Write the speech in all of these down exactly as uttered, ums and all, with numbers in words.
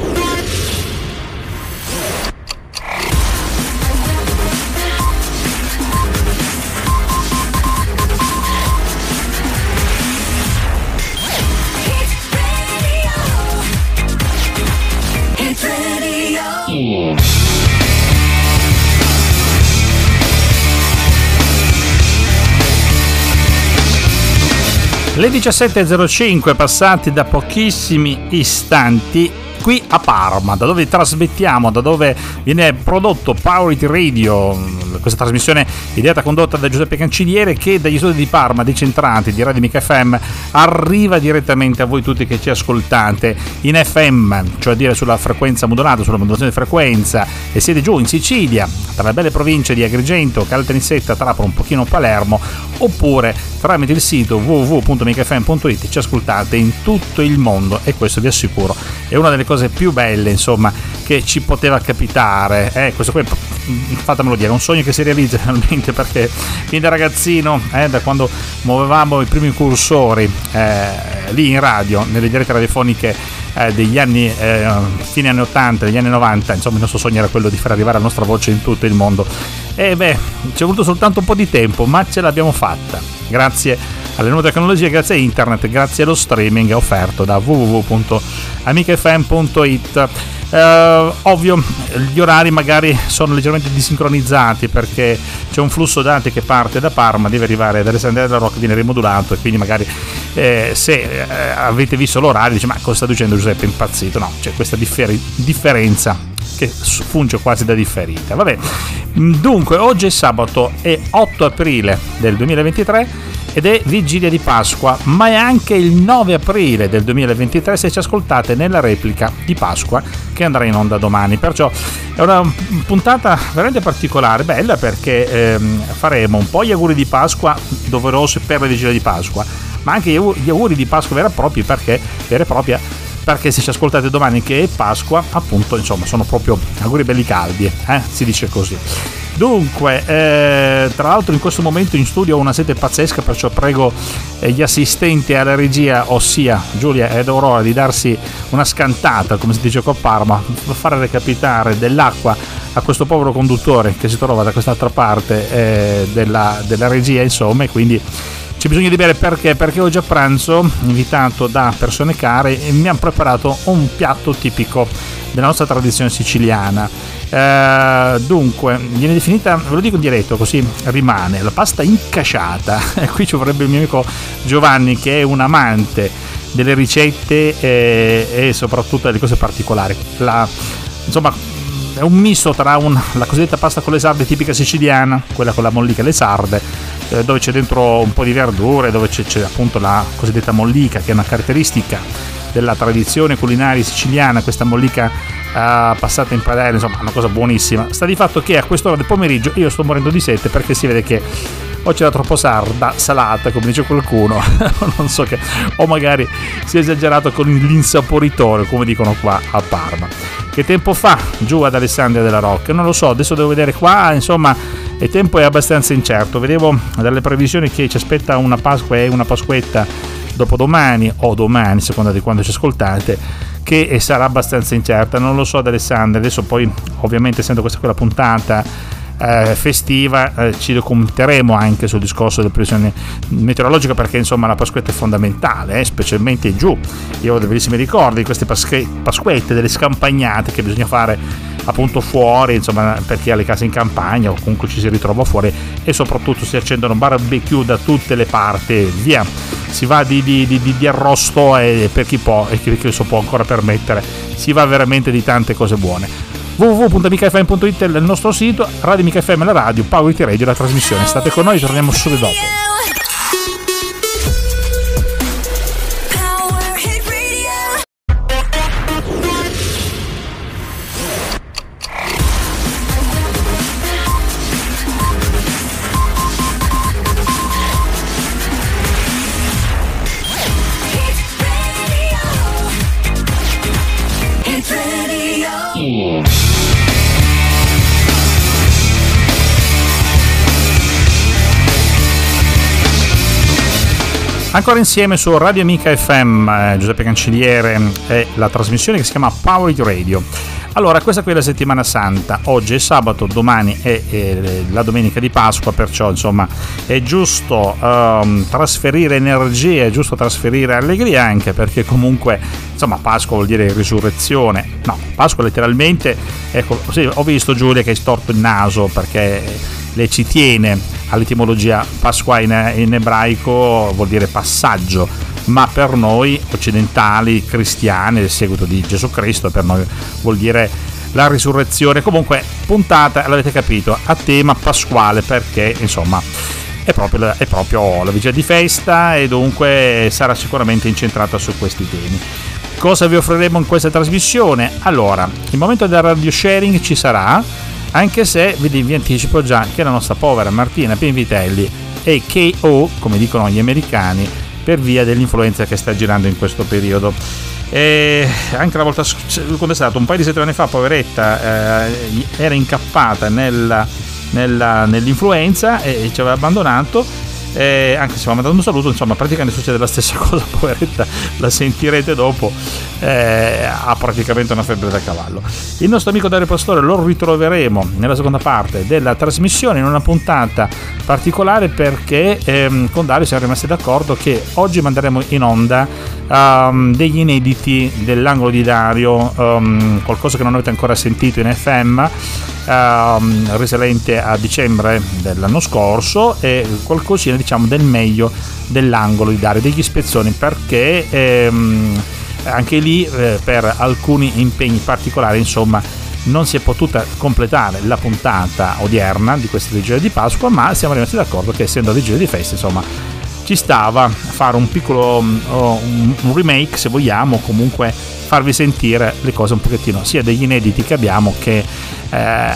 Le diciassette e zero cinque passati da pochissimi istanti qui a Parma, da dove trasmettiamo, da dove viene prodotto Power It Radio, questa trasmissione ideata e condotta da Giuseppe Cancelliere, che dagli studi di Parma decentrati di Radio Amica F M arriva direttamente a voi tutti che ci ascoltate in F M, cioè a dire sulla frequenza modulata, sulla modulazione di frequenza, e siete giù in Sicilia, tra le belle province di Agrigento, Caltanissetta, Trapani, un pochino Palermo, oppure tramite il sito w w w punto amica f m punto i t ci ascoltate in tutto il mondo, e questo vi assicuro è una delle cose più belle, insomma, che ci poteva capitare. Eh, questo qui, fatemelo dire, è un sogno che si realizza finalmente, perché fin da ragazzino, eh, da quando muovevamo i primi cursori eh, lì in radio, nelle dirette radiofoniche eh, degli anni eh, fine anni ottanta, degli anni novanta, insomma il nostro sogno era quello di far arrivare la nostra voce in tutto il mondo. E beh, ci è voluto soltanto un po' di tempo, ma ce l'abbiamo fatta, grazie alle nuove tecnologie, grazie a internet, grazie allo streaming offerto da w w w punto amica f m punto i t. Uh, ovvio, gli orari magari sono leggermente disincronizzati, perché c'è un flusso dati che parte da Parma, deve arrivare ad Alessandria della Rocca, viene rimodulato, e quindi magari eh, se eh, avete visto l'orario dice: ma cosa sta dicendo Giuseppe, impazzito? No, c'è questa differ- differenza che funge quasi da differita. Vabbè, dunque oggi è sabato, è otto aprile del duemilaventitré ed è vigilia di Pasqua, ma è anche il nove aprile del duemilaventitré se ci ascoltate nella replica di Pasqua che andrà in onda domani. Perciò è una puntata veramente particolare, bella, perché ehm, faremo un po' gli auguri di Pasqua doverosi per la vigilia di Pasqua, ma anche gli auguri di Pasqua vera e propria, perché vera e propria perché se ci ascoltate domani che è Pasqua, appunto, insomma, sono proprio auguri belli caldi, eh? Si dice così. Dunque, eh, tra l'altro in questo momento in studio ho una sete pazzesca, perciò prego eh, gli assistenti alla regia, ossia Giulia ed Aurora, di darsi una scantata, come si dice qua a Parma, per fare recapitare dell'acqua a questo povero conduttore che si trova da quest'altra parte eh, della, della regia, insomma, e quindi c'è bisogno di bere. Perché? Perché oggi a pranzo, invitato da persone care, mi hanno preparato un piatto tipico della nostra tradizione siciliana. Eh, dunque, viene definita, ve lo dico in diretto così rimane, la pasta incasciata. E qui ci vorrebbe il mio amico Giovanni, che è un amante delle ricette e, e soprattutto delle cose particolari. La, insomma, è un misto tra un, la cosiddetta pasta con le sarde tipica siciliana, quella con la mollica e le sarde, eh, dove c'è dentro un po' di verdure, dove c'è, c'è appunto la cosiddetta mollica, che è una caratteristica della tradizione culinaria siciliana, questa mollica uh, passata in padella, insomma una cosa buonissima. Sta di fatto che a quest'ora del pomeriggio io sto morendo di sete, perché si vede che o c'era troppo sarda salata, come dice qualcuno, non so, che o magari si è esagerato con l'insaporitore, come dicono qua a Parma. Che tempo fa giù ad Alessandria della Rocca? Non lo so, adesso devo vedere qua, insomma il tempo è abbastanza incerto. Vedevo dalle previsioni che ci aspetta una Pasqua e una Pasquetta dopodomani o domani, a seconda di quando ci ascoltate, che sarà abbastanza incerta. Non lo so ad Alessandria, adesso poi ovviamente, essendo questa quella puntata Eh, festiva, eh, ci documenteremo anche sul discorso della previsione meteorologica, perché insomma la Pasquetta è fondamentale, eh, specialmente giù. Io ho dei bellissimi ricordi di queste pasque- pasquette, delle scampagnate che bisogna fare appunto fuori, insomma, perché alle case in campagna o comunque ci si ritrova fuori, e soprattutto si accendono barbecue da tutte le parti, via, si va di, di, di, di arrosto, e per chi può e chi lo può ancora permettere, si va veramente di tante cose buone. w w w punto amica f m punto i t è il nostro sito, Radio Amica F M la radio, Power It Radio la trasmissione. State con noi, torniamo subito dopo. Ancora insieme su Radio Amica F M, eh, Giuseppe Cancelliere e la trasmissione che si chiama Power Radio. Allora, questa qui è la settimana santa, oggi è sabato, domani è, è la domenica di Pasqua, perciò insomma è giusto um, trasferire energie, è giusto trasferire allegria, anche perché comunque insomma Pasqua vuol dire risurrezione. No, Pasqua letteralmente, ecco, sì, ho visto Giulia che hai storto il naso perché lei ci tiene all'etimologia. Pasqua in, in ebraico vuol dire passaggio, ma per noi occidentali cristiani del seguito di Gesù Cristo, per noi vuol dire la risurrezione. Comunque puntata, l'avete capito, a tema pasquale, perché insomma è proprio, la, è proprio la vigilia di festa e dunque sarà sicuramente incentrata su questi temi. Cosa vi offriremo in questa trasmissione? Allora, il momento del radio sharing ci sarà, anche se vi, vi anticipo già che la nostra povera Martina Pinvitelli è K O, come dicono gli americani, per via dell'influenza che sta girando in questo periodo. E anche la volta, quando è stato un paio di settimane fa, poveretta, eh, era incappata nella, nella, nell'influenza e ci aveva abbandonato. Eh, anche se mi ha mandato un saluto, insomma praticamente succede la stessa cosa, poveretta, la sentirete dopo, eh, ha praticamente una febbre da cavallo. Il nostro amico Dario Pastore lo ritroveremo nella seconda parte della trasmissione, in una puntata particolare, perché ehm, con Dario siamo rimasti d'accordo che oggi manderemo in onda um, degli inediti dell'angolo di Dario, um, qualcosa che non avete ancora sentito in F M, Um, risalente a dicembre dell'anno scorso, e qualcosina diciamo del meglio dell'angolo di Dario, degli spezzoni, perché ehm, anche lì eh, per alcuni impegni particolari insomma non si è potuta completare la puntata odierna di questa vigilia di Pasqua, ma siamo rimasti d'accordo che essendo vigilia di festa insomma ci stava fare un piccolo um, un remake, se vogliamo, comunque farvi sentire le cose un pochettino sia degli inediti che abbiamo, che eh,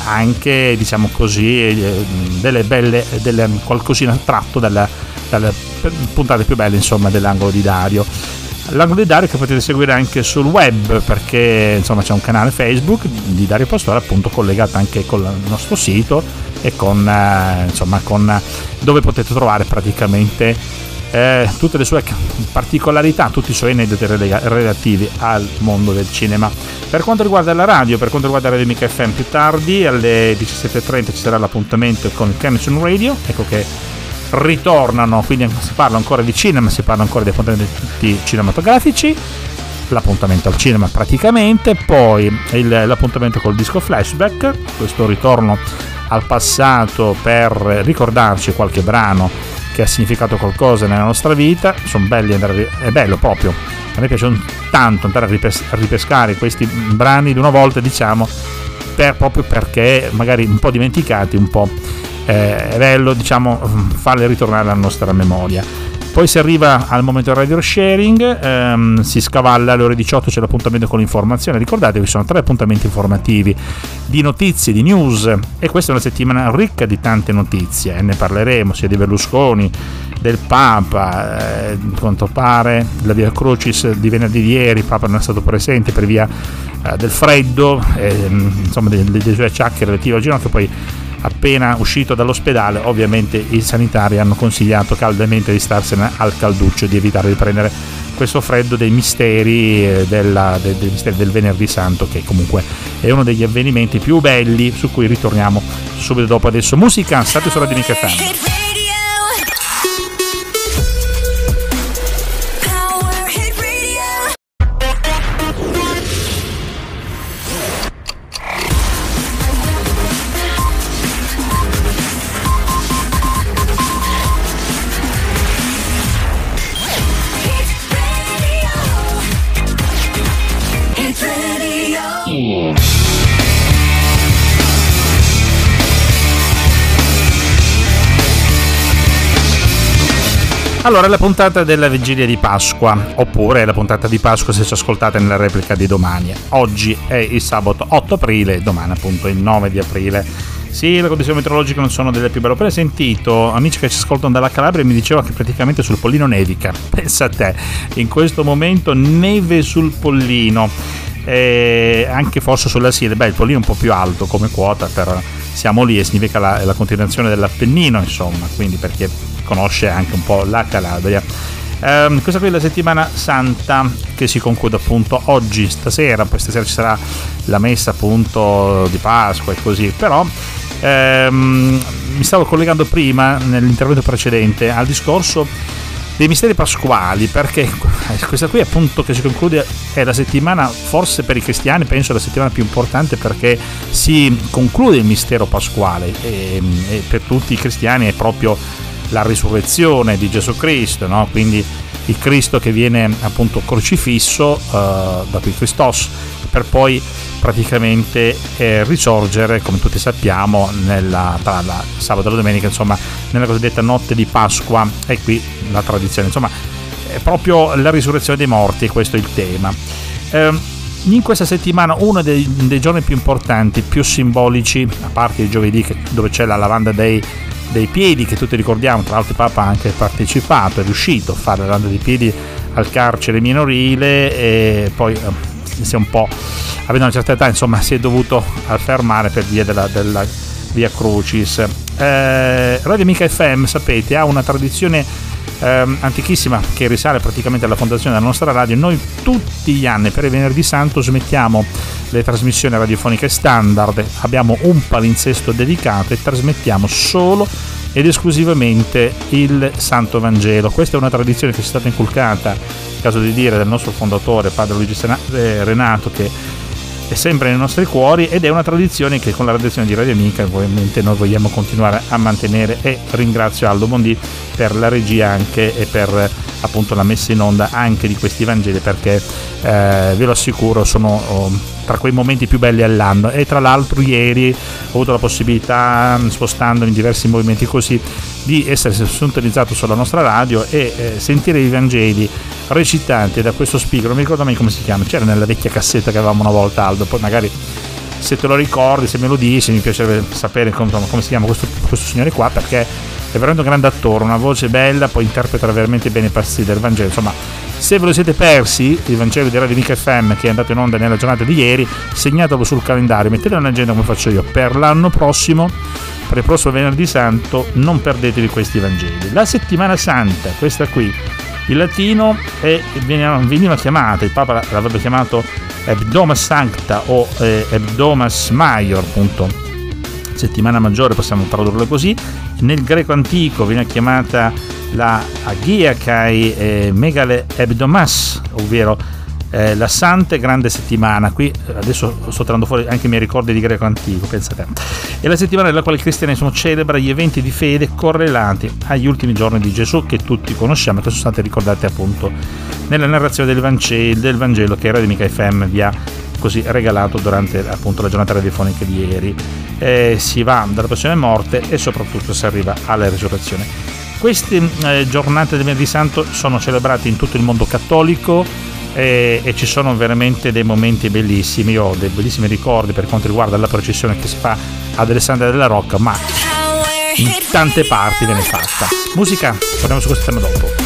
anche diciamo così eh, delle belle, delle qualcosina tratto dalle, dalle puntate più belle insomma dell'angolo di Dario. L'angolo di Dario che potete seguire anche sul web, perché insomma c'è un canale Facebook di Dario Pastore, appunto collegato anche con il nostro sito e con eh, insomma con dove potete trovare praticamente eh, tutte le sue particolarità, tutti i suoi aneddoti relativi al mondo del cinema. Per quanto riguarda la radio, per quanto riguarda Radio Amica F M, più tardi alle diciassette e trenta ci sarà l'appuntamento con il Chemison Radio, ecco che ritornano, quindi si parla ancora di cinema, si parla ancora di appuntamenti cinematografici, l'appuntamento al cinema praticamente, poi il, l'appuntamento col disco flashback, questo ritorno al passato per ricordarci qualche brano che ha significato qualcosa nella nostra vita. Sono belli andare, è bello proprio, a me piace tanto andare a, ripes- a ripescare questi brani di una volta, diciamo, per, proprio perché magari un po' dimenticati, un po' eh, è bello, diciamo, farli ritornare alla nostra memoria. Poi si arriva al momento del radio sharing, ehm, si scavalla alle ore diciotto, c'è l'appuntamento con l'informazione. Ricordate che ci sono tre appuntamenti informativi di notizie, di news, e questa è una settimana ricca di tante notizie, eh, ne parleremo sia di Berlusconi, del Papa, eh, quanto pare la Via Crucis di venerdì di ieri, il Papa non è stato presente per via eh, del freddo, eh, insomma delle, delle sue acciacche relative al ginocchio. Poi appena uscito dall'ospedale ovviamente i sanitari hanno consigliato caldamente di starsene al calduccio, di evitare di prendere questo freddo dei misteri, della, de, dei misteri del venerdì santo, che comunque è uno degli avvenimenti più belli, su cui ritorniamo subito dopo. Adesso musica, state su Radio Amica F M. Allora, la puntata della vigilia di Pasqua, oppure la puntata di Pasqua se ci ascoltate nella replica di domani. Oggi è il sabato otto aprile, domani appunto il nove di aprile. Sì, le condizioni meteorologiche non sono delle più belle. Ho appena sentito amici che ci ascoltano dalla Calabria, mi diceva che praticamente sul Pollino nevica. Pensa a te, in questo momento neve sul Pollino, e anche forse sulla Sile. Beh, il Pollino è un po' più alto come quota, però siamo lì e significa la, la continuazione dell'Appennino, insomma, quindi perché conosce anche un po' la Calabria. Um, questa qui è la settimana santa che si conclude appunto oggi, stasera, poi stasera ci sarà la messa appunto di Pasqua e così, però um, mi stavo collegando prima nell'intervento precedente al discorso dei misteri pasquali, perché questa qui appunto che si conclude è la settimana, forse per i cristiani penso la settimana più importante, perché si conclude il mistero pasquale e, e per tutti i cristiani è proprio la risurrezione di Gesù Cristo, no? Quindi il Cristo che viene appunto crocifisso, uh, da qui Christos, per poi praticamente eh, risorgere, come tutti sappiamo, nella, tra la sabato e la domenica, insomma, nella cosiddetta notte di Pasqua. E qui la tradizione, insomma, è proprio la risurrezione dei morti, questo è il tema. Eh, in questa settimana uno dei, dei giorni più importanti, più simbolici, a parte il giovedì che, dove c'è la lavanda dei dei piedi, che tutti ricordiamo, tra l'altro il Papa ha anche partecipato, è riuscito a fare la lavanda dei piedi al carcere minorile, e poi eh, si è un po', avendo una certa età, insomma, si è dovuto fermare per via della, della Via Crucis. eh, Radio Amica F M, sapete, ha una tradizione eh, antichissima che risale praticamente alla fondazione della nostra radio. Noi tutti gli anni per il venerdì santo smettiamo le trasmissioni radiofoniche standard, abbiamo un palinsesto dedicato e trasmettiamo solo ed esclusivamente il Santo Vangelo. Questa è una tradizione che è stata inculcata, in caso di dire, del nostro fondatore padre Luigi Renato, che è sempre nei nostri cuori, ed è una tradizione che con la redazione di Radio Amica ovviamente noi vogliamo continuare a mantenere, e ringrazio Aldo Bondi per la regia anche e per appunto la messa in onda anche di questi Vangeli, perché eh, ve lo assicuro sono oh, tra quei momenti più belli all'anno. E tra l'altro ieri ho avuto la possibilità, spostandomi in diversi movimenti così, di essere sintonizzato sulla nostra radio e eh, sentire i Vangeli recitati da questo speaker, non mi ricordo mai come si chiama, c'era nella vecchia cassetta che avevamo una volta, Aldo, poi magari se te lo ricordi, se me lo dici, mi piacerebbe sapere come, come si chiama questo, questo signore qua, perché è veramente un grande attore, una voce bella, poi interpreta veramente bene i passi del Vangelo. Insomma, se ve lo siete persi il Vangelo di Radio Amica F M, che è andato in onda nella giornata di ieri, segnatelo sul calendario, mettetelo in agenda come faccio io, per l'anno prossimo, per il prossimo venerdì santo, non perdetevi questi Vangeli. La settimana santa, questa qui, il latino è, veniva chiamata, il Papa l'avrebbe chiamato Hebdomas Sancta o eh, Hebdomas Maior, appunto settimana maggiore, possiamo tradurlo così. Nel greco antico viene chiamata la Agia Kai eh, Megale Hebdomas, ovvero eh, la Santa e Grande Settimana. Qui adesso sto tirando fuori anche i miei ricordi di greco antico, pensate. È la settimana nella quale il cristianesimo celebra gli eventi di fede correlati agli ultimi giorni di Gesù, che tutti conosciamo e che sono state ricordate appunto nella narrazione del Vangelo, del Vangelo che Radio Amica F M vi ha così regalato durante appunto la giornata radiofonica di ieri. Eh, si va dalla passione e morte e soprattutto si arriva alla risurrezione. Queste eh, giornate del venerdì santo sono celebrate in tutto il mondo cattolico e, e ci sono veramente dei momenti bellissimi. Io ho dei bellissimi ricordi per quanto riguarda la processione che si fa ad Alessandria della Rocca, ma in tante parti viene fatta. Musica, torniamo su questo tema dopo.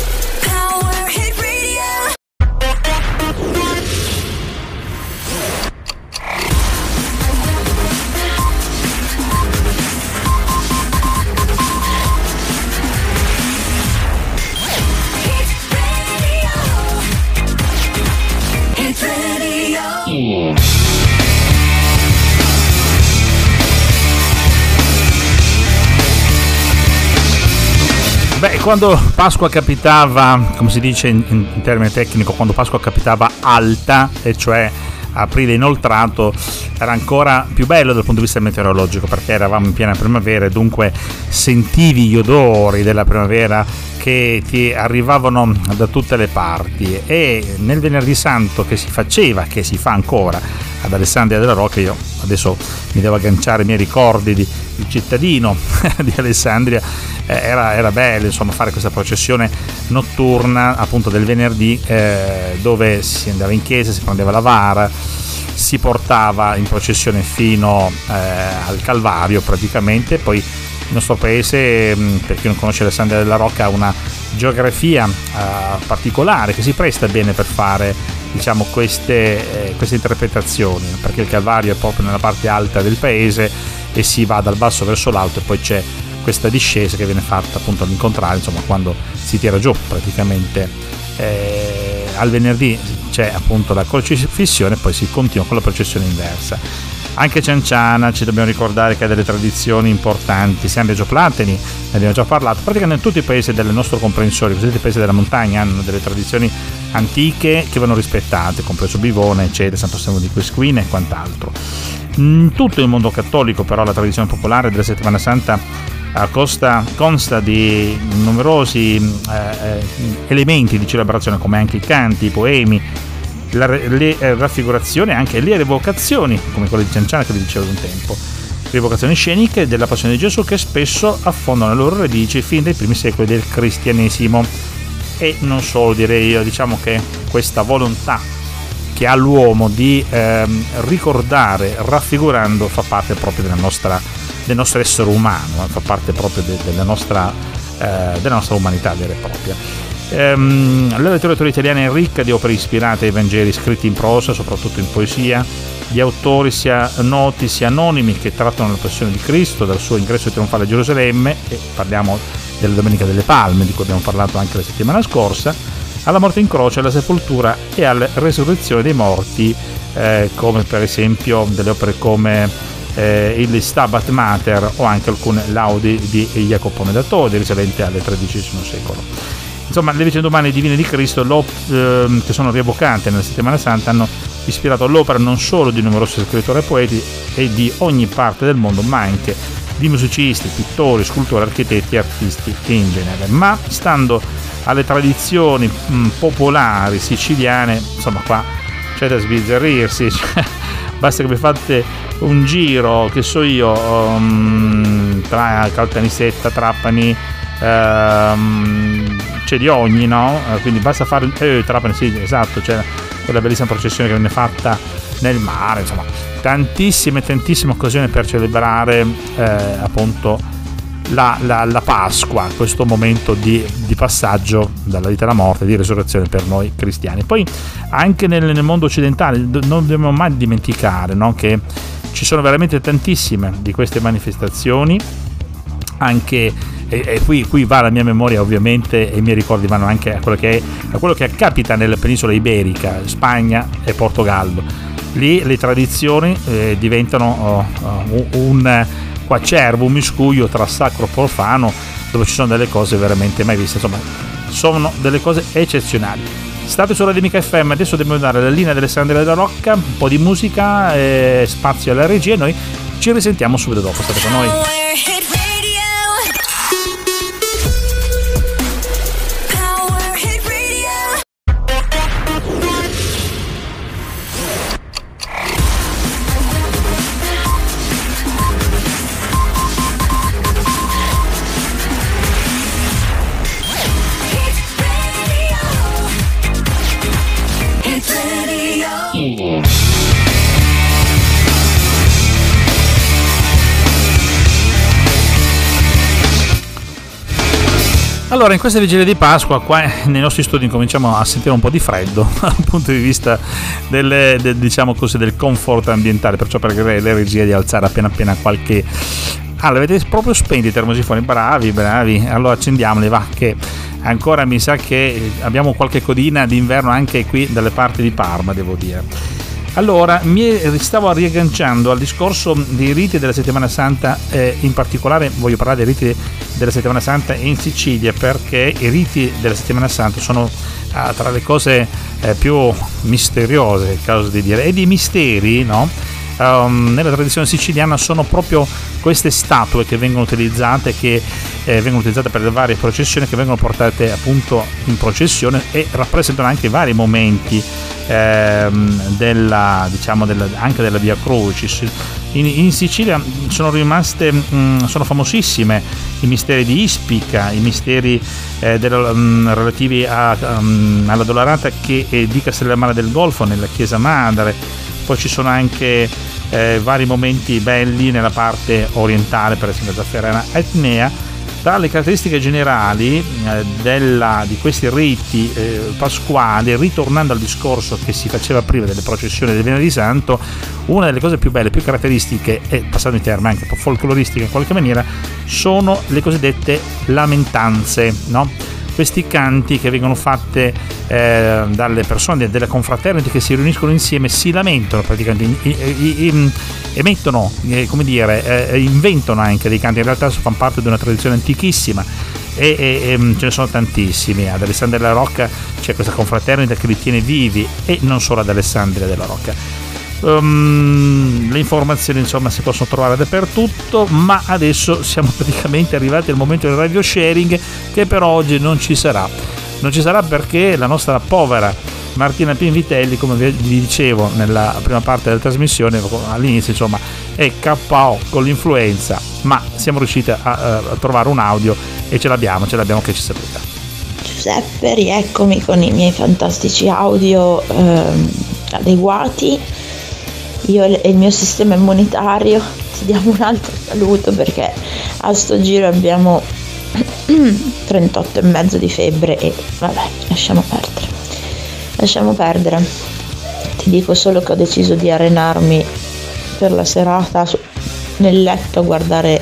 Beh, quando Pasqua capitava, come si dice in, in termine tecnico, quando Pasqua capitava alta, e cioè aprile inoltrato, era ancora più bello dal punto di vista meteorologico, perché eravamo in piena primavera e dunque sentivi gli odori della primavera che ti arrivavano da tutte le parti. E nel venerdì santo che si faceva, che si fa ancora ad Alessandria della Rocca, io adesso mi devo agganciare ai miei ricordi di il cittadino di Alessandria, eh, era, era bello insomma fare questa processione notturna appunto del venerdì, eh, dove si andava in chiesa, si prendeva la vara, si portava in processione fino eh, al Calvario praticamente. Poi il nostro paese, per chi non conosce Alessandria della Rocca, ha una geografia eh, particolare che si presta bene per fare diciamo queste, eh, queste interpretazioni, perché il Calvario è proprio nella parte alta del paese e si va dal basso verso l'alto, e poi c'è questa discesa che viene fatta appunto all'incontrario, insomma quando si tira giù praticamente eh, al venerdì c'è appunto la crocifissione, poi si continua con la processione inversa. Anche Cianciana, ci dobbiamo ricordare che ha delle tradizioni importanti, San Reggio Plateni, ne abbiamo già parlato, praticamente tutti i paesi del nostro comprensorio, i cosiddetti paesi della montagna, hanno delle tradizioni antiche che vanno rispettate, compreso Bivona, eccetera, Santo Stefano di Quisquina e quant'altro. In tutto il mondo cattolico però la tradizione popolare della Settimana Santa Costa, consta di numerosi eh, elementi di celebrazione, come anche i canti, i poemi, La, le eh, raffigurazioni e anche le rievocazioni, come quelle di Cianciana che vi dicevo un tempo, rievocazioni sceniche della passione di Gesù che spesso affondano le loro radici fin dai primi secoli del cristianesimo. E non solo, direi io, diciamo che questa volontà che ha l'uomo di ehm, ricordare raffigurando fa parte proprio della nostra, del nostro essere umano, eh, fa parte proprio de, della, nostra, eh, della nostra umanità vera e propria. Um, la letteratura italiana è ricca di opere ispirate ai Vangeli scritti in prosa, soprattutto in poesia, di autori sia noti sia anonimi che trattano la passione di Cristo, dal suo ingresso trionfale a Gerusalemme, e parliamo della Domenica delle Palme, di cui abbiamo parlato anche la settimana scorsa, alla morte in croce, alla sepoltura e alla resurrezione dei morti, eh, come per esempio delle opere come eh, il Stabat Mater o anche alcune laudi di Jacopone da Todi risalenti al tredicesimo secolo. Insomma, le vicende umane divine di Cristo, eh, che sono rievocate nella Settimana Santa, hanno ispirato l'opera non solo di numerosi scrittori e poeti e di ogni parte del mondo, ma anche di musicisti, pittori, scultori, architetti e artisti in genere. Ma stando alle tradizioni mh, popolari siciliane, insomma qua c'è da sbizzarrirsi, cioè, basta che vi fate un giro, che so io, um, tra Caltanissetta, Trapani, um, c'è di ogni, no? Quindi basta fare eh, Trapani, sì, esatto, c'è quella bellissima processione che viene fatta nel mare, insomma tantissime tantissime occasioni per celebrare eh, appunto la, la, la Pasqua, questo momento di, di passaggio dalla vita alla morte, di resurrezione per noi cristiani. Poi anche nel, nel mondo occidentale non dobbiamo mai dimenticare, no? Che ci sono veramente tantissime di queste manifestazioni, anche e, e qui, qui va la mia memoria ovviamente, e i miei ricordi vanno anche a quello che, è, a quello che capita nella penisola iberica, Spagna e Portogallo. Lì le tradizioni eh, diventano uh, un quacervo, un miscuglio tra sacro e profano, dove ci sono delle cose veramente mai viste, insomma sono delle cose eccezionali. State su Radio Amica F M, adesso dobbiamo dare la linea dell'Alessandria della Rocca, un po' di musica, eh, spazio alla regia, e noi ci risentiamo subito dopo, state con noi. Allora, in questa vigilia di Pasqua, qua nei nostri studi cominciamo a sentire un po' di freddo dal punto di vista del, del, diciamo così, del comfort ambientale, perciò pregherei le regie di alzare appena appena qualche... Ah, l'avete proprio spenti i termosifoni, bravi, bravi, allora accendiamoli, va, che ancora mi sa che abbiamo qualche codina d'inverno anche qui dalle parti di Parma, devo dire. Allora, mi stavo riagganciando al discorso dei riti della Settimana Santa, eh, in particolare voglio parlare dei riti della Settimana Santa in Sicilia, perché i riti della Settimana Santa sono ah, tra le cose eh, più misteriose, caso di dire, e di misteri, no? Um, nella tradizione siciliana sono proprio queste statue che vengono utilizzate, che eh, vengono utilizzate per le varie processioni, che vengono portate appunto in processione e rappresentano anche vari momenti ehm, della, diciamo della, anche della Via Crucis. In, in Sicilia sono rimaste, mh, sono famosissime i misteri di Ispica, i misteri eh, della, mh, relativi a, um, alla Dolorata che è di Castellammare del Golfo nella chiesa madre. Poi ci sono anche eh, vari momenti belli nella parte orientale, per esempio Zafferana Etnea, Tra le caratteristiche generali eh, della, di questi riti eh, pasquali, ritornando al discorso che si faceva prima delle processioni del Venerdì Santo, una delle cose più belle, più caratteristiche e, passando i termini, anche un po' folcloristiche in qualche maniera, sono le cosiddette lamentanze, no? Questi canti che vengono fatte eh, dalle persone della confraternita che si riuniscono insieme, si lamentano praticamente, i, i, i, emettono, eh, come dire, eh, inventano anche dei canti, in realtà fanno parte di una tradizione antichissima e, e, e ce ne sono tantissimi. Ad Alessandria della Rocca c'è questa confraternita che li tiene vivi, e non solo ad Alessandria della Rocca. Um, le informazioni insomma si possono trovare dappertutto, ma adesso siamo praticamente arrivati al momento del radio sharing, che per oggi non ci sarà non ci sarà perché la nostra povera Martina Pinvitelli, come vi dicevo nella prima parte della trasmissione all'inizio, insomma è K O con l'influenza, ma siamo riusciti a, a trovare un audio e ce l'abbiamo ce l'abbiamo che ci saluta. Giuseppe, rieccomi con i miei fantastici audio ehm, adeguati. Io e il mio sistema immunitario ti diamo un altro saluto, perché a sto giro abbiamo trentotto e mezzo di febbre e vabbè, lasciamo perdere lasciamo perdere ti dico solo che ho deciso di arenarmi per la serata nel letto a guardare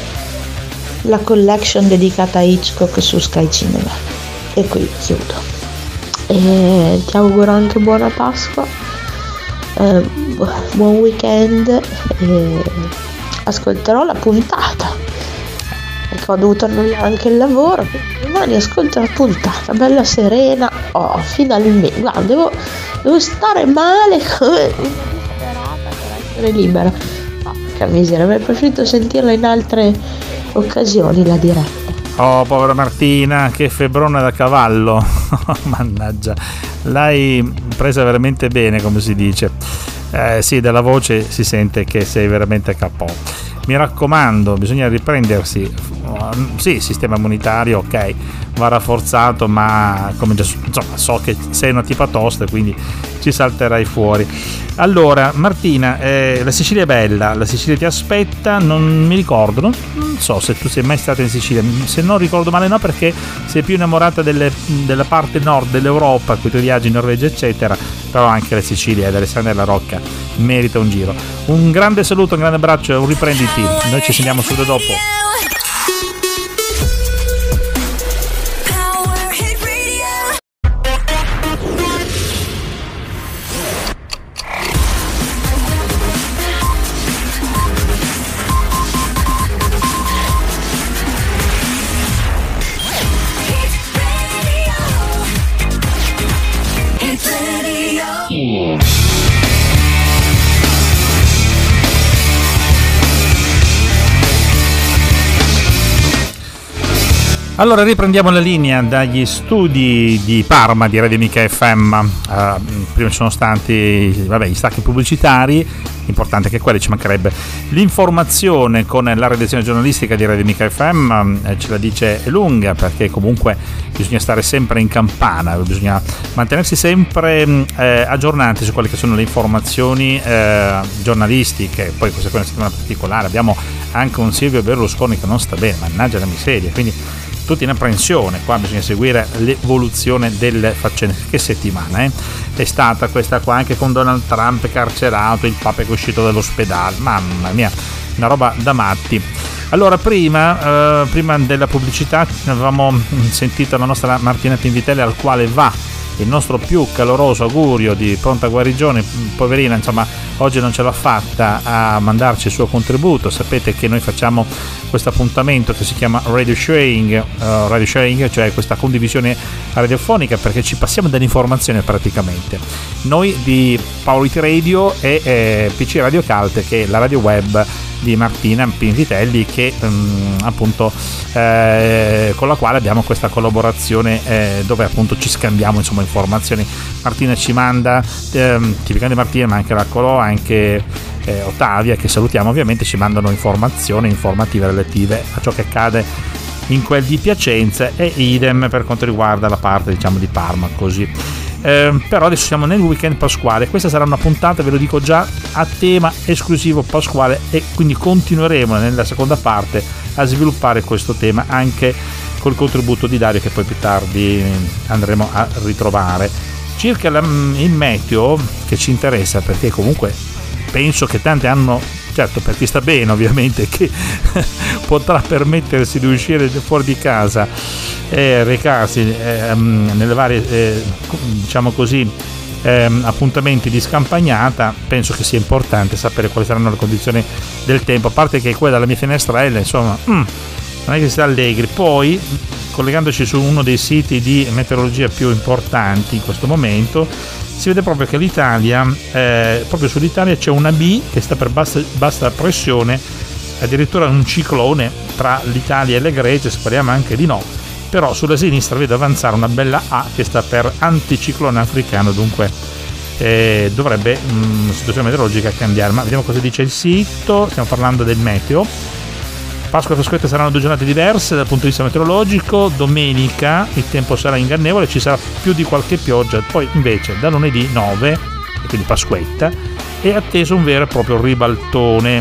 la collection dedicata a Hitchcock su Sky Cinema, e qui chiudo e ti auguro anche buona Pasqua. Uh, buon weekend, e ascolterò la puntata perché ho dovuto annullare anche il lavoro, domani ascolto la puntata bella serena. Oh, finalmente, guarda, devo, devo stare male come per essere libera. Porca miseria, avrei preferito sentirla in altre occasioni la diretta. Oh, povera Martina, che febbrone da cavallo. Mannaggia, l'hai presa veramente bene, come si dice. Eh, sì, dalla voce si sente che sei veramente K O. Mi raccomando, bisogna riprendersi. Sì, sistema immunitario, ok, va rafforzato, ma come già, insomma, so che sei una tipa tosta, quindi ci salterai fuori. Allora, Martina, eh, la Sicilia è bella, la Sicilia ti aspetta, non mi ricordo, non, non so se tu sei mai stata in Sicilia, se non ricordo male no, perché sei più innamorata delle, della parte nord dell'Europa, con i tuoi viaggi in Norvegia eccetera, però anche la Sicilia ed Alessandria della Rocca merita un giro. Un grande saluto, un grande abbraccio e un riprenditi, noi ci sentiamo subito dopo. Allora riprendiamo la linea dagli studi di Parma di Radio Amica F M. Uh, prima ci sono stati vabbè, gli stacchi pubblicitari, importante che quelli, ci mancherebbe. L'informazione con la redazione giornalistica di Radio Amica F M eh, ce la dice lunga, perché comunque bisogna stare sempre in campana, bisogna mantenersi sempre eh, aggiornati su quelle che sono le informazioni eh, giornalistiche. Poi questa è una settimana particolare, abbiamo anche un Silvio Berlusconi che non sta bene, mannaggia la miseria, quindi tutti in apprensione, qua bisogna seguire l'evoluzione delle faccende. Che settimana eh? È stata questa qua, anche con Donald Trump carcerato, il Papa che è uscito dall'ospedale, mamma mia, una roba da matti. Allora prima, eh, prima della pubblicità avevamo sentito la nostra Martina Pinvitelli, al quale va il nostro più caloroso augurio di pronta guarigione. Poverina, insomma, oggi non ce l'ha fatta a mandarci il suo contributo. Sapete che noi facciamo questo appuntamento che si chiama radio sharing, uh, radio sharing, cioè questa condivisione radiofonica, perché ci passiamo dell'informazione praticamente. Noi di Powerity Radio e eh, P C Radio Cult, che è la radio web di Martina Pinvitelli, che um, appunto eh, con la quale abbiamo questa collaborazione eh, dove appunto ci scambiamo insomma informazioni. Martina ci manda eh, tipicamente Martina, ma anche la Colò, anche eh, Ottavia, che salutiamo ovviamente, ci mandano informazioni informative relative a ciò che accade in quel di Piacenza, e idem per quanto riguarda la parte diciamo di Parma, così. Eh, però adesso siamo nel weekend pasquale, questa sarà una puntata, ve lo dico già, a tema esclusivo pasquale, e quindi continueremo nella seconda parte a sviluppare questo tema anche col contributo di Dario, che poi più tardi andremo a ritrovare. Circa la, il meteo che ci interessa, perché comunque penso che tanti hanno, certo per chi sta bene ovviamente, che potrà permettersi di uscire fuori di casa e recarsi eh, nelle varie eh, diciamo così eh, appuntamenti di scampagnata, penso che sia importante sapere quali saranno le condizioni del tempo, a parte che quella dalla mia finestrella insomma mm, non è che si sta allegri. Poi, collegandoci su uno dei siti di meteorologia più importanti in questo momento, si vede proprio che l'Italia, eh, proprio sull'Italia c'è una B che sta per bassa, bassa pressione, addirittura un ciclone tra l'Italia e le Grecia, speriamo anche di no, però sulla sinistra vedo avanzare una bella A che sta per anticiclone africano, dunque eh, dovrebbe mh, situazione meteorologica cambiare. Ma vediamo cosa dice il sito. Stiamo parlando del meteo. Pasqua e Pasquetta saranno due giornate diverse dal punto di vista meteorologico. Domenica il tempo sarà ingannevole, ci sarà più di qualche pioggia, poi invece da lunedì nove, e quindi Pasquetta, è atteso un vero e proprio ribaltone.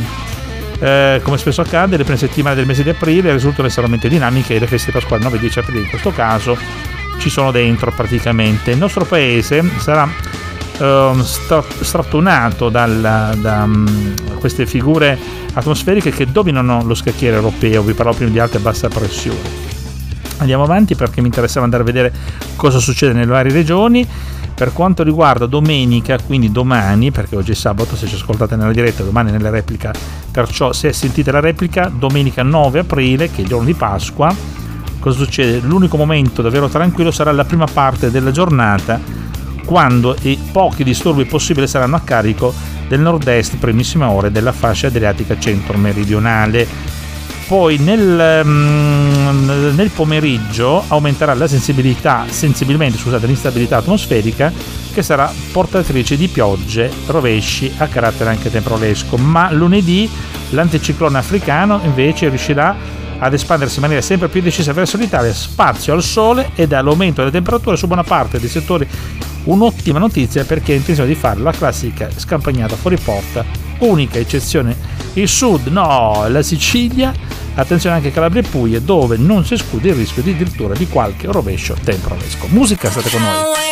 Eh, come spesso accade, le prime settimane del mese di aprile risultano estremamente dinamiche e le feste pasquali nove e dieci aprile in questo caso ci sono dentro praticamente. Il nostro paese sarà Uh, strattonato dal, da um, queste figure atmosferiche che dominano lo scacchiere europeo. Vi parlo prima di alta e bassa pressione. Andiamo avanti perché mi interessava andare a vedere cosa succede nelle varie regioni. Per quanto riguarda domenica, quindi domani, perché oggi è sabato, se ci ascoltate nella diretta, domani nella replica, perciò se sentite la replica, domenica nove aprile, che è il giorno di Pasqua, cosa succede? L'unico momento davvero tranquillo sarà la prima parte della giornata, quando i pochi disturbi possibili saranno a carico del nord-est, primissime ore della fascia adriatica centro-meridionale. Poi nel, mm, nel pomeriggio aumenterà la sensibilità, sensibilmente scusate, l'instabilità atmosferica, che sarà portatrice di piogge, rovesci a carattere anche temporalesco, ma lunedì l'anticiclone africano invece riuscirà ad espandersi in maniera sempre più decisa verso l'Italia, spazio al sole ed all'aumento delle temperature su buona parte dei settori. Un'ottima notizia perché ha intenzione di fare la classica scampagnata fuori porta, unica eccezione il sud, no, la Sicilia, attenzione anche Calabria e Puglia, dove non si esclude il rischio di addirittura di qualche rovescio temporalesco. Musica, state con noi.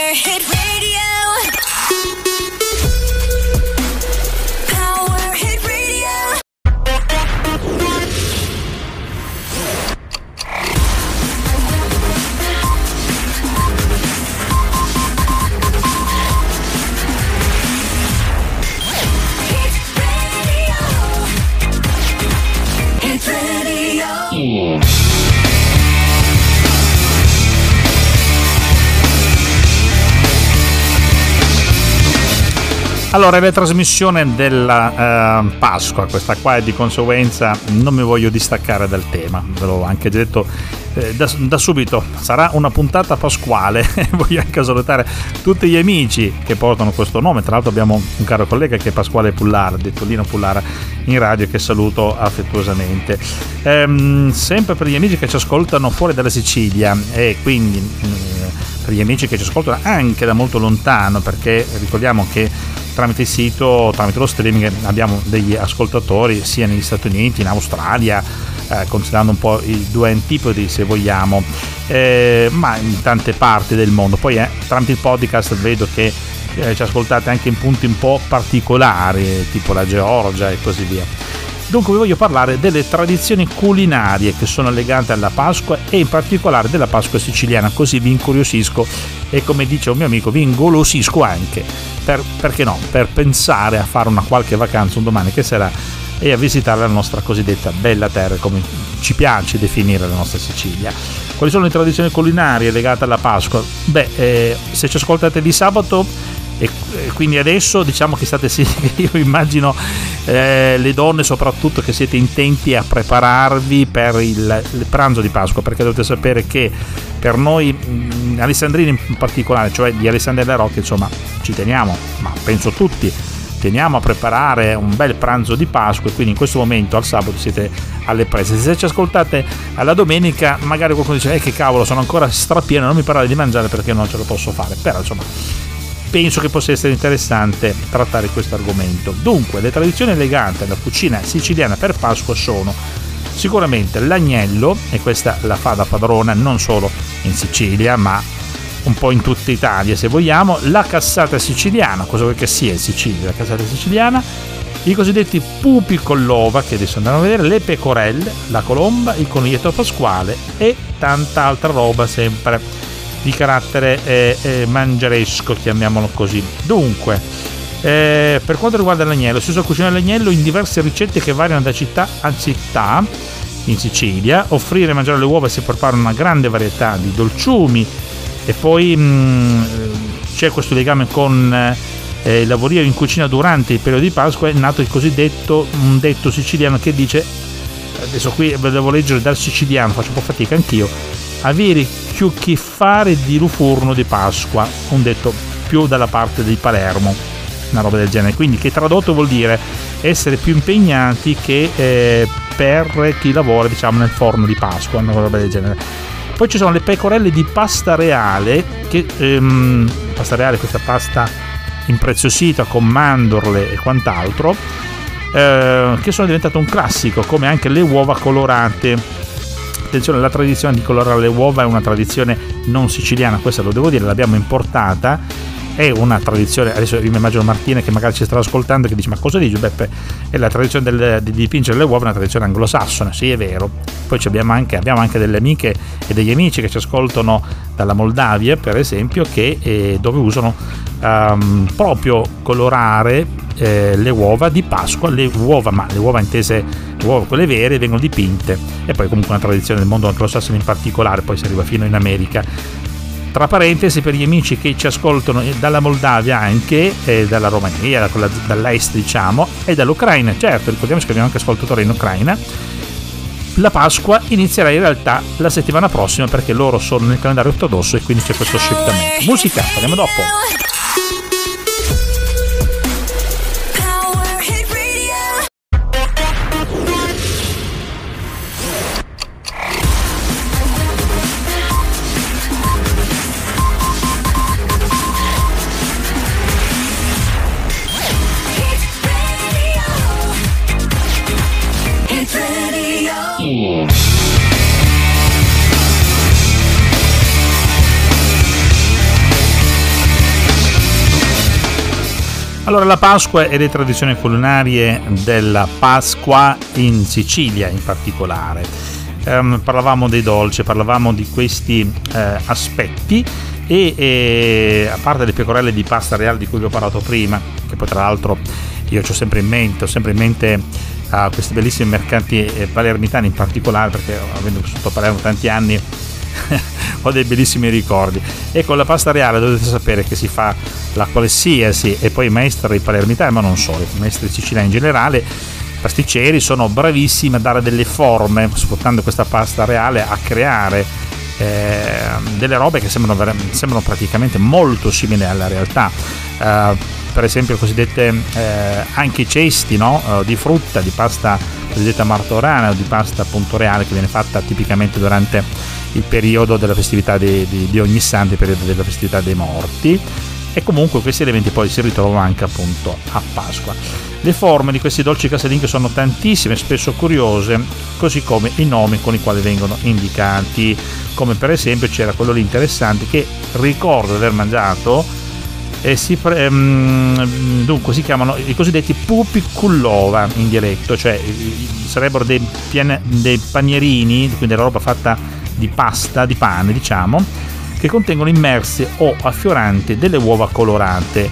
Allora, è la trasmissione della uh, Pasqua, questa qua, e di conseguenza non mi voglio distaccare dal tema, ve l'ho anche detto eh, da, da subito, sarà una puntata pasquale. Voglio anche salutare tutti gli amici che portano questo nome, tra l'altro abbiamo un caro collega che è Pasquale Pullara, detto Lino Pullara in radio, che saluto affettuosamente. Ehm, sempre per gli amici che ci ascoltano fuori dalla Sicilia e quindi eh, per gli amici che ci ascoltano anche da molto lontano, perché ricordiamo che tramite il sito, tramite lo streaming abbiamo degli ascoltatori sia negli Stati Uniti, in Australia, eh, considerando un po' i due antipodi se vogliamo, eh, ma in tante parti del mondo. Poi eh, tramite il podcast vedo che eh, ci ascoltate anche in punti un po' particolari, tipo la Georgia e così via. Dunque vi voglio parlare delle tradizioni culinarie che sono legate alla Pasqua e in particolare della Pasqua siciliana, così vi incuriosisco e, come dice un mio amico, vi ingolosisco anche, per, perché no, per pensare a fare una qualche vacanza un domani che sarà e a visitare la nostra cosiddetta bella terra, come ci piace definire la nostra Sicilia. Quali sono le tradizioni culinarie legate alla Pasqua? Beh, eh, se ci ascoltate di sabato e quindi adesso diciamo che state sì, io immagino eh, le donne soprattutto che siete intenti a prepararvi per il, il pranzo di Pasqua, perché dovete sapere che per noi mh, alessandrini in particolare, cioè di Alessandria della Rocca, insomma ci teniamo, ma penso tutti teniamo a preparare un bel pranzo di Pasqua, e quindi in questo momento al sabato siete alle prese. Se ci ascoltate alla domenica magari qualcuno dice eh che cavolo, sono ancora strapieno, non mi parlare di mangiare perché non ce lo posso fare, però insomma penso che possa essere interessante trattare questo argomento. Dunque, le tradizioni legate alla cucina siciliana per Pasqua sono Sicuramente l'agnello, e questa la fa da padrona non solo in Sicilia ma un po' in tutta Italia se vogliamo, la cassata siciliana, cosa vuoi che sia in Sicilia, la cassata siciliana, i cosiddetti pupi con l'ova, che adesso andiamo a vedere, le pecorelle, la colomba, il coniglietto pasquale e tanta altra roba sempre di carattere eh, eh, mangeresco, chiamiamolo così. Dunque, eh, per quanto riguarda l'agnello, si usa cucinare l'agnello in diverse ricette che variano da città a città. In Sicilia offrire e mangiare le uova si prepara una grande varietà di dolciumi, e poi mh, c'è questo legame con eh, il lavorio in cucina durante il periodo di Pasqua. È nato il cosiddetto un detto siciliano che dice, adesso qui ve devo leggere dal siciliano, faccio un po' fatica anch'io, avere più che fare di Lufurno di Pasqua, un detto più dalla parte di Palermo, una roba del genere, quindi che tradotto vuol dire essere più impegnati che eh, per chi lavora, diciamo, nel forno di Pasqua, una roba del genere. Poi ci sono le pecorelle di pasta reale, che ehm, pasta reale, questa pasta impreziosita con mandorle e quant'altro, eh, che sono diventate un classico, come anche le uova colorate. Attenzione, la tradizione di colorare le uova è una tradizione non siciliana, questa lo devo dire, l'abbiamo importata. È una tradizione, adesso io mi immagino Martina che magari ci sta ascoltando, che dice: ma cosa dici Beppe? È la tradizione del, di dipingere le uova, è una tradizione anglosassone. Sì, è vero. Poi abbiamo anche, abbiamo anche delle amiche e degli amici che ci ascoltano dalla Moldavia, per esempio, che eh, dove usano um, proprio colorare eh, le uova di Pasqua, le uova, ma le uova intese, le uova quelle vere, vengono dipinte. E poi comunque una tradizione del mondo anglosassone in particolare, poi si arriva fino in America. Tra parentesi, per gli amici che ci ascoltano dalla Moldavia, anche eh, dalla Romania, dall'est diciamo, e dall'Ucraina, certo, ricordiamoci che abbiamo anche ascoltatori in Ucraina, la Pasqua inizierà in realtà la settimana prossima, perché loro sono nel calendario ortodosso e quindi c'è questo shiftamento. Musica, parliamo dopo. Allora, la Pasqua e le tradizioni culinarie della Pasqua in Sicilia in particolare. Um, parlavamo dei dolci, parlavamo di questi eh, aspetti e, e a parte le pecorelle di pasta reale di cui vi ho parlato prima, che poi tra l'altro io ho sempre in mente, ho sempre in mente uh, questi bellissimi mercanti eh, palermitani in particolare, perché avendo vissuto a Palermo tanti anni ho dei bellissimi ricordi. E con la pasta reale dovete sapere che si fa la qualsiasi, e poi i maestri palermitani, ma non solo, i maestri siciliani in generale, pasticceri, sono bravissimi a dare delle forme, sfruttando questa pasta reale, a creare eh, delle robe che sembrano, sembrano praticamente molto simili alla realtà. Eh, per esempio cosiddette eh, anche i cesti, no? eh, di frutta, di pasta cosiddetta martorana o di pasta appunto reale, che viene fatta tipicamente durante il periodo della festività di, di, di ogni santo, il periodo della festività dei morti. E comunque questi elementi poi si ritrovano anche appunto a Pasqua. Le forme di questi dolci casalinghi sono tantissime, spesso curiose, così come i nomi con i quali vengono indicati, come per esempio c'era quello lì interessante che ricordo di aver mangiato, e si pre- um, dunque si chiamano i cosiddetti pupi cullova in dialetto, cioè sarebbero dei, pian- dei panierini, quindi della roba fatta di pasta, di pane diciamo, che contengono immerse o affioranti delle uova colorate.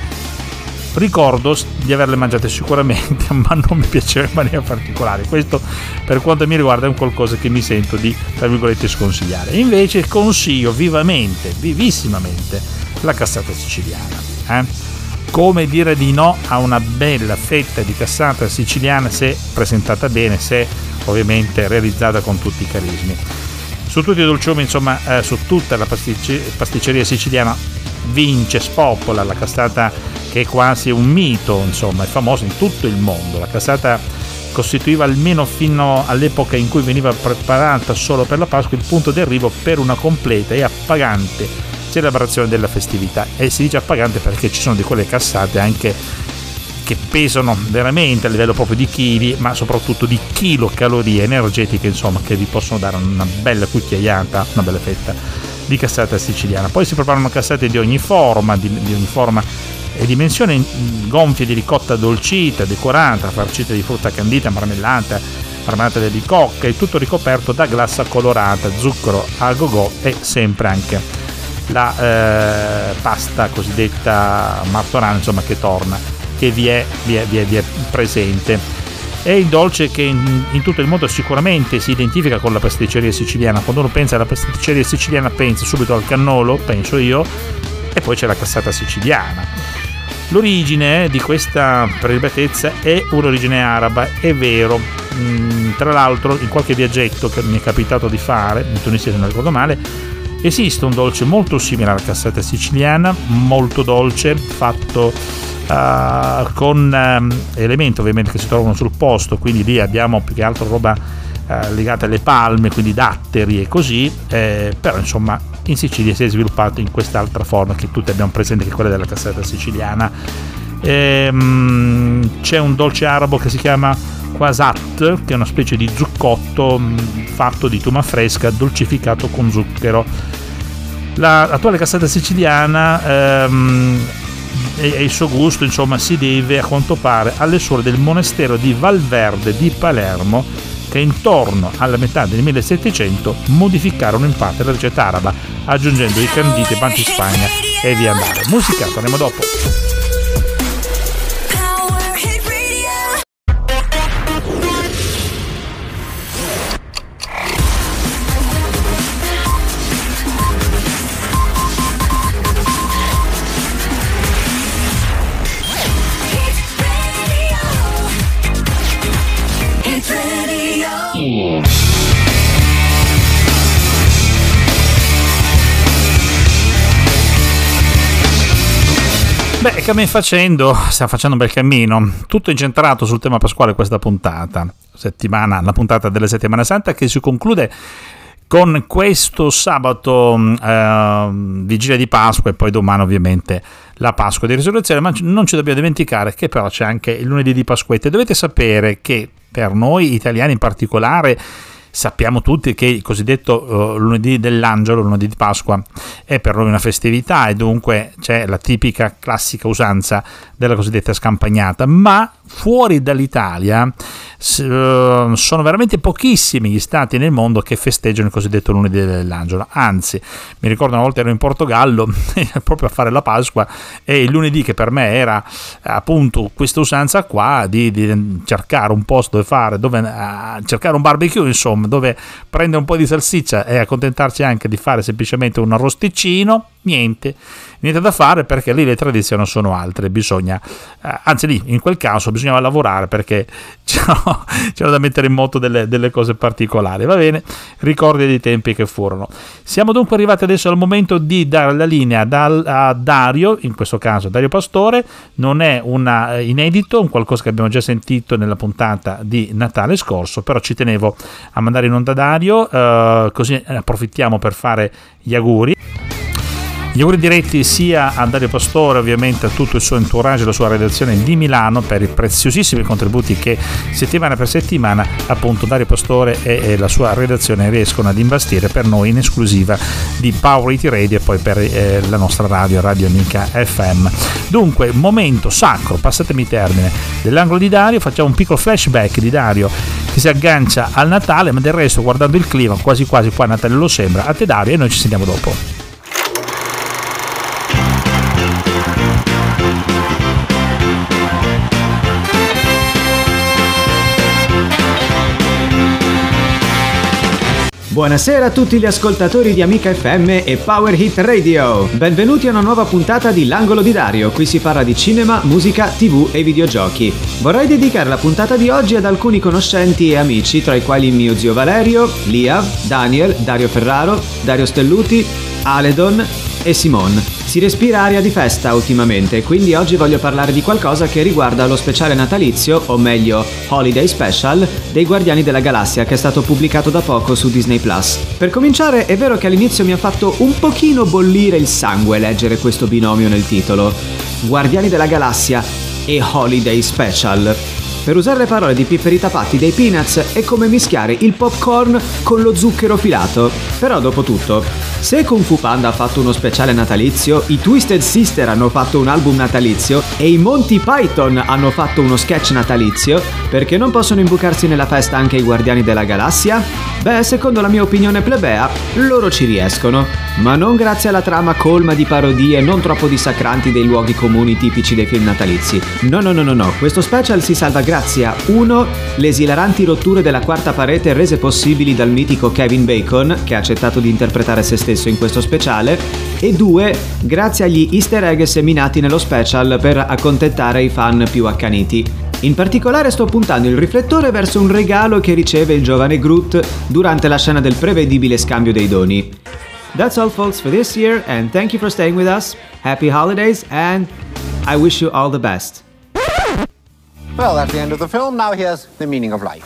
Ricordo di averle mangiate sicuramente, ma non mi piaceva in maniera particolare. Questo per quanto mi riguarda è un qualcosa che mi sento di, tra virgolette, sconsigliare. Invece consiglio vivamente, vivissimamente, la cassata siciliana. Eh? Come dire di no a una bella fetta di cassata siciliana, se presentata bene, se ovviamente realizzata con tutti i carismi. Su tutti i dolciumi, insomma, eh, su tutta la pasticce- pasticceria siciliana vince, spopola la cassata, che è quasi un mito, insomma, è famosa in tutto il mondo. La cassata costituiva, almeno fino all'epoca in cui veniva preparata solo per la Pasqua, il punto di arrivo per una completa e appagante celebrazione della festività. E si dice appagante perché ci sono di quelle cassate anche che che pesano veramente a livello proprio di chili, ma soprattutto di chilocalorie energetiche, insomma, che vi possono dare una bella cucchiaiata, una bella fetta di cassata siciliana. Poi si preparano cassate di ogni forma, di, di ogni forma e dimensione, gonfie di ricotta addolcita, decorata, farcita di frutta candita, marmellata, marmellata di albicocca, e tutto ricoperto da glassa colorata, zucchero a go-go e sempre anche la eh, pasta cosiddetta martorana, insomma, che torna, che vi è, vi è, vi è, vi è presente. È il dolce che in, in tutto il mondo sicuramente si identifica con la pasticceria siciliana. Quando uno pensa alla pasticceria siciliana pensa subito al cannolo, penso io, e poi c'è la cassata siciliana. L'origine di questa prelibatezza è un'origine araba, è vero. Mm, tra l'altro, in qualche viaggetto che mi è capitato di fare, in Tunisia se non ricordo male, esiste un dolce molto simile alla cassata siciliana, molto dolce, fatto uh, con uh, elementi ovviamente che si trovano sul posto, quindi lì abbiamo più che altro roba uh, legata alle palme, quindi datteri e così, eh, però insomma in Sicilia si è sviluppato in quest'altra forma che tutti abbiamo presente, che è quella della cassata siciliana. Ehm, c'è un dolce arabo che si chiama quasat, che è una specie di zuccotto mh, fatto di tuma fresca dolcificato con zucchero. La, l'attuale cassata siciliana ehm, e, e il suo gusto, insomma, si deve a quanto pare alle suore del monastero di Valverde di Palermo, che intorno alla metà del millesettecento modificarono in parte la ricetta araba, aggiungendo i canditi, pan di Spagna e via andare. Musica, torniamo dopo. Beh, cammino facendo, stiamo facendo un bel cammino, tutto incentrato sul tema pasquale questa puntata, settimana, la puntata della settimana santa che si conclude con questo sabato eh, vigilia di Pasqua e poi domani ovviamente la Pasqua di Risurrezione, ma non ci dobbiamo dimenticare che però c'è anche il lunedì di Pasquetta. Dovete sapere che per noi italiani in particolare sappiamo tutti che il cosiddetto uh, lunedì dell'angelo, lunedì di Pasqua, è per noi una festività e dunque c'è la tipica classica usanza della cosiddetta scampagnata, ma fuori dall'Italia uh, sono veramente pochissimi gli stati nel mondo che festeggiano il cosiddetto lunedì dell'angelo. Anzi, mi ricordo una volta ero in Portogallo proprio a fare la Pasqua e il lunedì, che per me era appunto questa usanza qua di, di cercare un posto dove fare, dove uh, cercare un barbecue, insomma, dove prendere un po' di salsiccia e accontentarci anche di fare semplicemente un arrosticino, niente, niente da fare, perché lì le tradizioni sono altre, bisogna, eh, anzi lì in quel caso bisognava lavorare perché c'erano, c'erano da mettere in moto delle, delle cose particolari. Va bene, ricordi dei tempi che furono. Siamo dunque arrivati adesso al momento di dare la linea dal, a Dario, in questo caso Dario Pastore. Non è un inedito, un qualcosa che abbiamo già sentito nella puntata di Natale scorso, però ci tenevo a mandare in onda Dario, eh, così approfittiamo per fare gli auguri. Gli auguri diretti sia a Dario Pastore, ovviamente a tutto il suo entourage e la sua redazione di Milano per i preziosissimi contributi che settimana per settimana appunto Dario Pastore e, e la sua redazione riescono ad imbastire per noi in esclusiva di Power It Radio e poi per eh, la nostra radio, Radio Amica F M. Dunque, momento sacro, passatemi il termine, dell'angolo di Dario. Facciamo un piccolo flashback di Dario che si aggancia al Natale, ma del resto, guardando il clima, quasi quasi qua Natale lo sembra. A te Dario, e noi ci sentiamo dopo. Buonasera a tutti gli ascoltatori di Amica F M e Power Hit Radio. Benvenuti a una nuova puntata di L'Angolo di Dario. Qui si parla di cinema, musica, tv e videogiochi. Vorrei dedicare la puntata di oggi ad alcuni conoscenti e amici, tra i quali mio zio Valerio, Lia, Daniel, Dario Ferraro, Dario Stelluti, Aledon e Simon. Si respira aria di festa ultimamente, quindi oggi voglio parlare di qualcosa che riguarda lo speciale natalizio, o meglio Holiday Special, dei Guardiani della Galassia, che è stato pubblicato da poco su Disney Plus. Per cominciare, è vero che all'inizio mi ha fatto un pochino bollire il sangue leggere questo binomio nel titolo. Guardiani della Galassia, e Holiday Special. Per usare le parole di Pipperita Patti dei Peanuts, è come mischiare il popcorn con lo zucchero filato. Però dopo tutto, se Kung Fu Panda ha fatto uno speciale natalizio, i Twisted Sister hanno fatto un album natalizio e i Monty Python hanno fatto uno sketch natalizio, perché non possono imbucarsi nella festa anche i Guardiani della Galassia? Beh, secondo la mia opinione plebea, loro ci riescono, ma non grazie alla trama colma di parodie non troppo dissacranti dei luoghi comuni tipici dei film natalizi. No, no, no, no, no, questo special si salva grazie a uno le esilaranti rotture della quarta parete rese possibili dal mitico Kevin Bacon, che ha accettato di interpretare se stesso in questo speciale, e due grazie agli easter egg seminati nello special per accontentare i fan più accaniti. In particolare sto puntando il riflettore verso un regalo che riceve il giovane Groot durante la scena del prevedibile scambio dei doni. That's all folks for this year, and thank you for staying with us. Happy holidays, and I wish you all the best. Well, that's the end of the film. Now here's the meaning of life.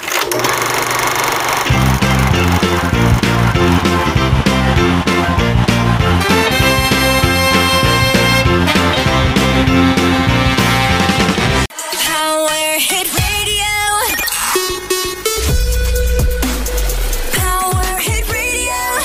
Power Hit Radio. Power Hit Radio.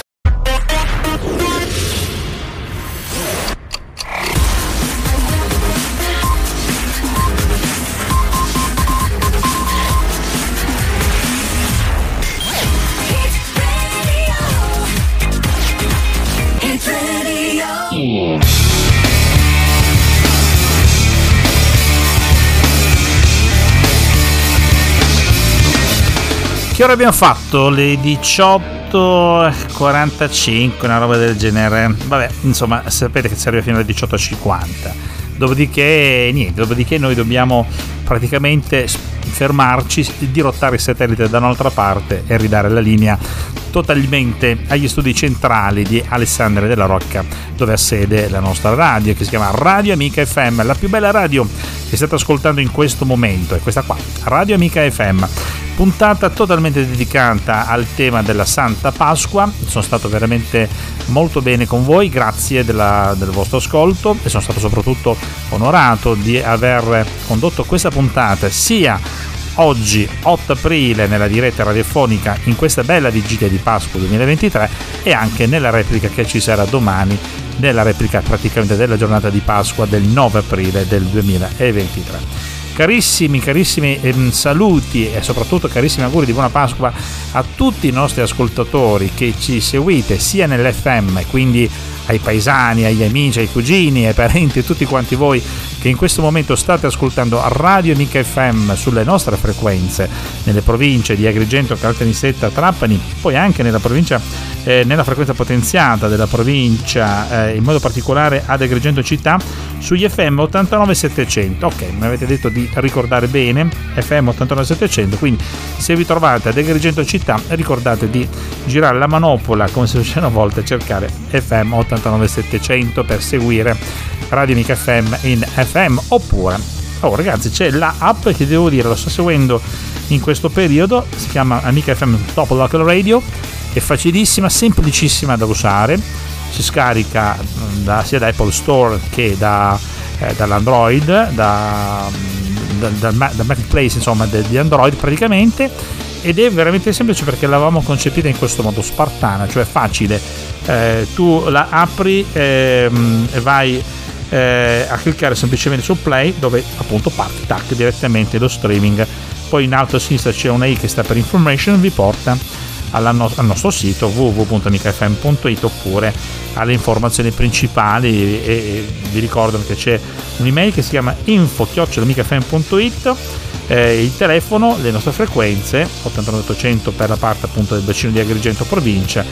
Hit Radio. Che ora abbiamo fatto? Le diciotto e quarantacinque, una roba del genere. Vabbè, insomma, sapete che si arriva fino alle diciotto e cinquanta. Dopodiché, niente, dopodiché noi dobbiamo praticamente fermarci, dirottare il satellite da un'altra parte e ridare la linea totalmente agli studi centrali di Alessandria della Rocca, dove ha sede la nostra radio, che si chiama Radio Amica F M, la più bella radio che state ascoltando in questo momento, è questa qua, Radio Amica F M. Puntata totalmente dedicata al tema della Santa Pasqua. Sono stato veramente molto bene con voi, grazie della, del vostro ascolto, e sono stato soprattutto onorato di aver condotto questa puntata sia oggi otto aprile nella diretta radiofonica in questa bella vigilia di Pasqua duemilaventitré, e anche nella replica che ci sarà domani, nella replica praticamente della giornata di Pasqua del nove aprile del duemilaventitré. Carissimi, carissimi ehm, saluti e soprattutto carissimi auguri di buona Pasqua a tutti i nostri ascoltatori che ci seguite sia nell'F M, quindi ai paesani, agli amici, ai cugini, ai parenti e tutti quanti voi che in questo momento state ascoltando Radio Amica F M sulle nostre frequenze nelle province di Agrigento, Caltanissetta, Trapani, poi anche nella provincia eh, nella frequenza potenziata della provincia, eh, in modo particolare ad Agrigento città, sugli F M ottantanove settecento. Ok, mi avete detto di ricordare bene F M ottantanove settecento, quindi se vi trovate ad Agrigento città ricordate di girare la manopola come si faceva una volta e cercare F M ottantanove settecento per seguire Radio Amica F M in F M. Oppure, oh ragazzi, c'è la app che devo dire lo sto seguendo in questo periodo, si chiama Amica F M Top Local Radio, è facilissima, semplicissima da usare, si scarica da, sia da Apple Store che da, eh, dall'Android, da, da, da, da Marketplace, insomma, de, di Android praticamente, ed è veramente semplice perché l'avevamo concepita in questo modo, spartana, cioè facile. Eh, tu la apri ehm, e vai eh, a cliccare semplicemente su play, dove appunto parte tac, direttamente lo streaming. Poi in alto a sinistra c'è una i che sta per information, vi porta alla no- al nostro sito w w w punto amica f m punto i t oppure alle informazioni principali, e, e vi ricordo che c'è un'email che si chiama info chiocciola amica f m punto i t, eh, il telefono, le nostre frequenze ottantanove ottocento per la parte appunto del bacino di Agrigento provincia.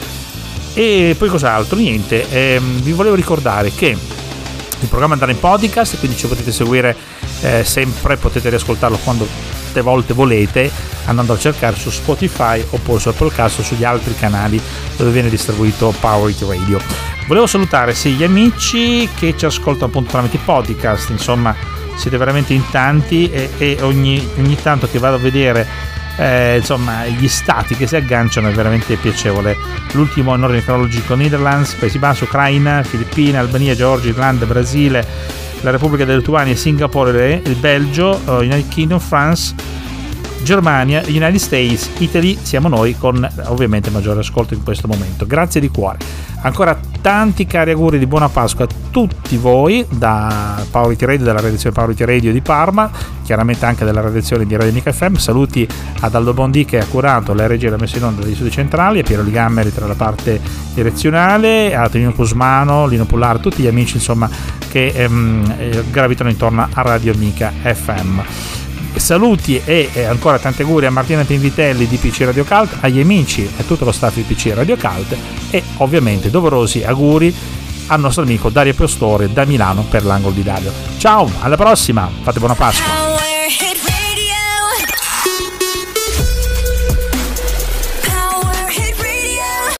E poi cos'altro? Niente, ehm, vi volevo ricordare che il programma andrà in podcast, quindi ci potete seguire eh, sempre, potete riascoltarlo quando volte volete andando a cercare su Spotify oppure su Apple Cast o sugli altri canali dove viene distribuito Power Hit Radio. Volevo salutare sì gli amici che ci ascoltano appunto tramite podcast, insomma siete veramente in tanti, e, e ogni, ogni tanto che vado a vedere eh, insomma gli stati che si agganciano è veramente piacevole. L'ultimo in ordine cronologico: Netherlands, Paesi Bassi, Ucraina, Filippine, Albania, Georgia, Irlanda, Brasile, la Repubblica della Lituania, Singapore, il Belgio, uh, United Kingdom, France, Germania, United States, Italy, siamo noi con ovviamente maggiore ascolto in questo momento. Grazie di cuore. Ancora tanti cari auguri di buona Pasqua a tutti voi da Power It Radio, dalla redazione Power It Radio di Parma, chiaramente anche dalla redazione di Radio Amica F M. Saluti ad Aldo Bondi che ha curato la regia e la messa in onda degli studi centrali, a Piero Ligammeri tra la parte direzionale, a Tonino Cusmano, Lino Pullar, tutti gli amici insomma che ehm, gravitano intorno a Radio Amica F M. Saluti e, e ancora tanti auguri a Martina Pinvitelli di P C Radio Cult, agli amici e a tutto lo staff di P C Radio Cult e ovviamente doverosi auguri al nostro amico Dario Pastore da Milano per l'angolo di Dario. Ciao, alla prossima, fate buona Pasqua.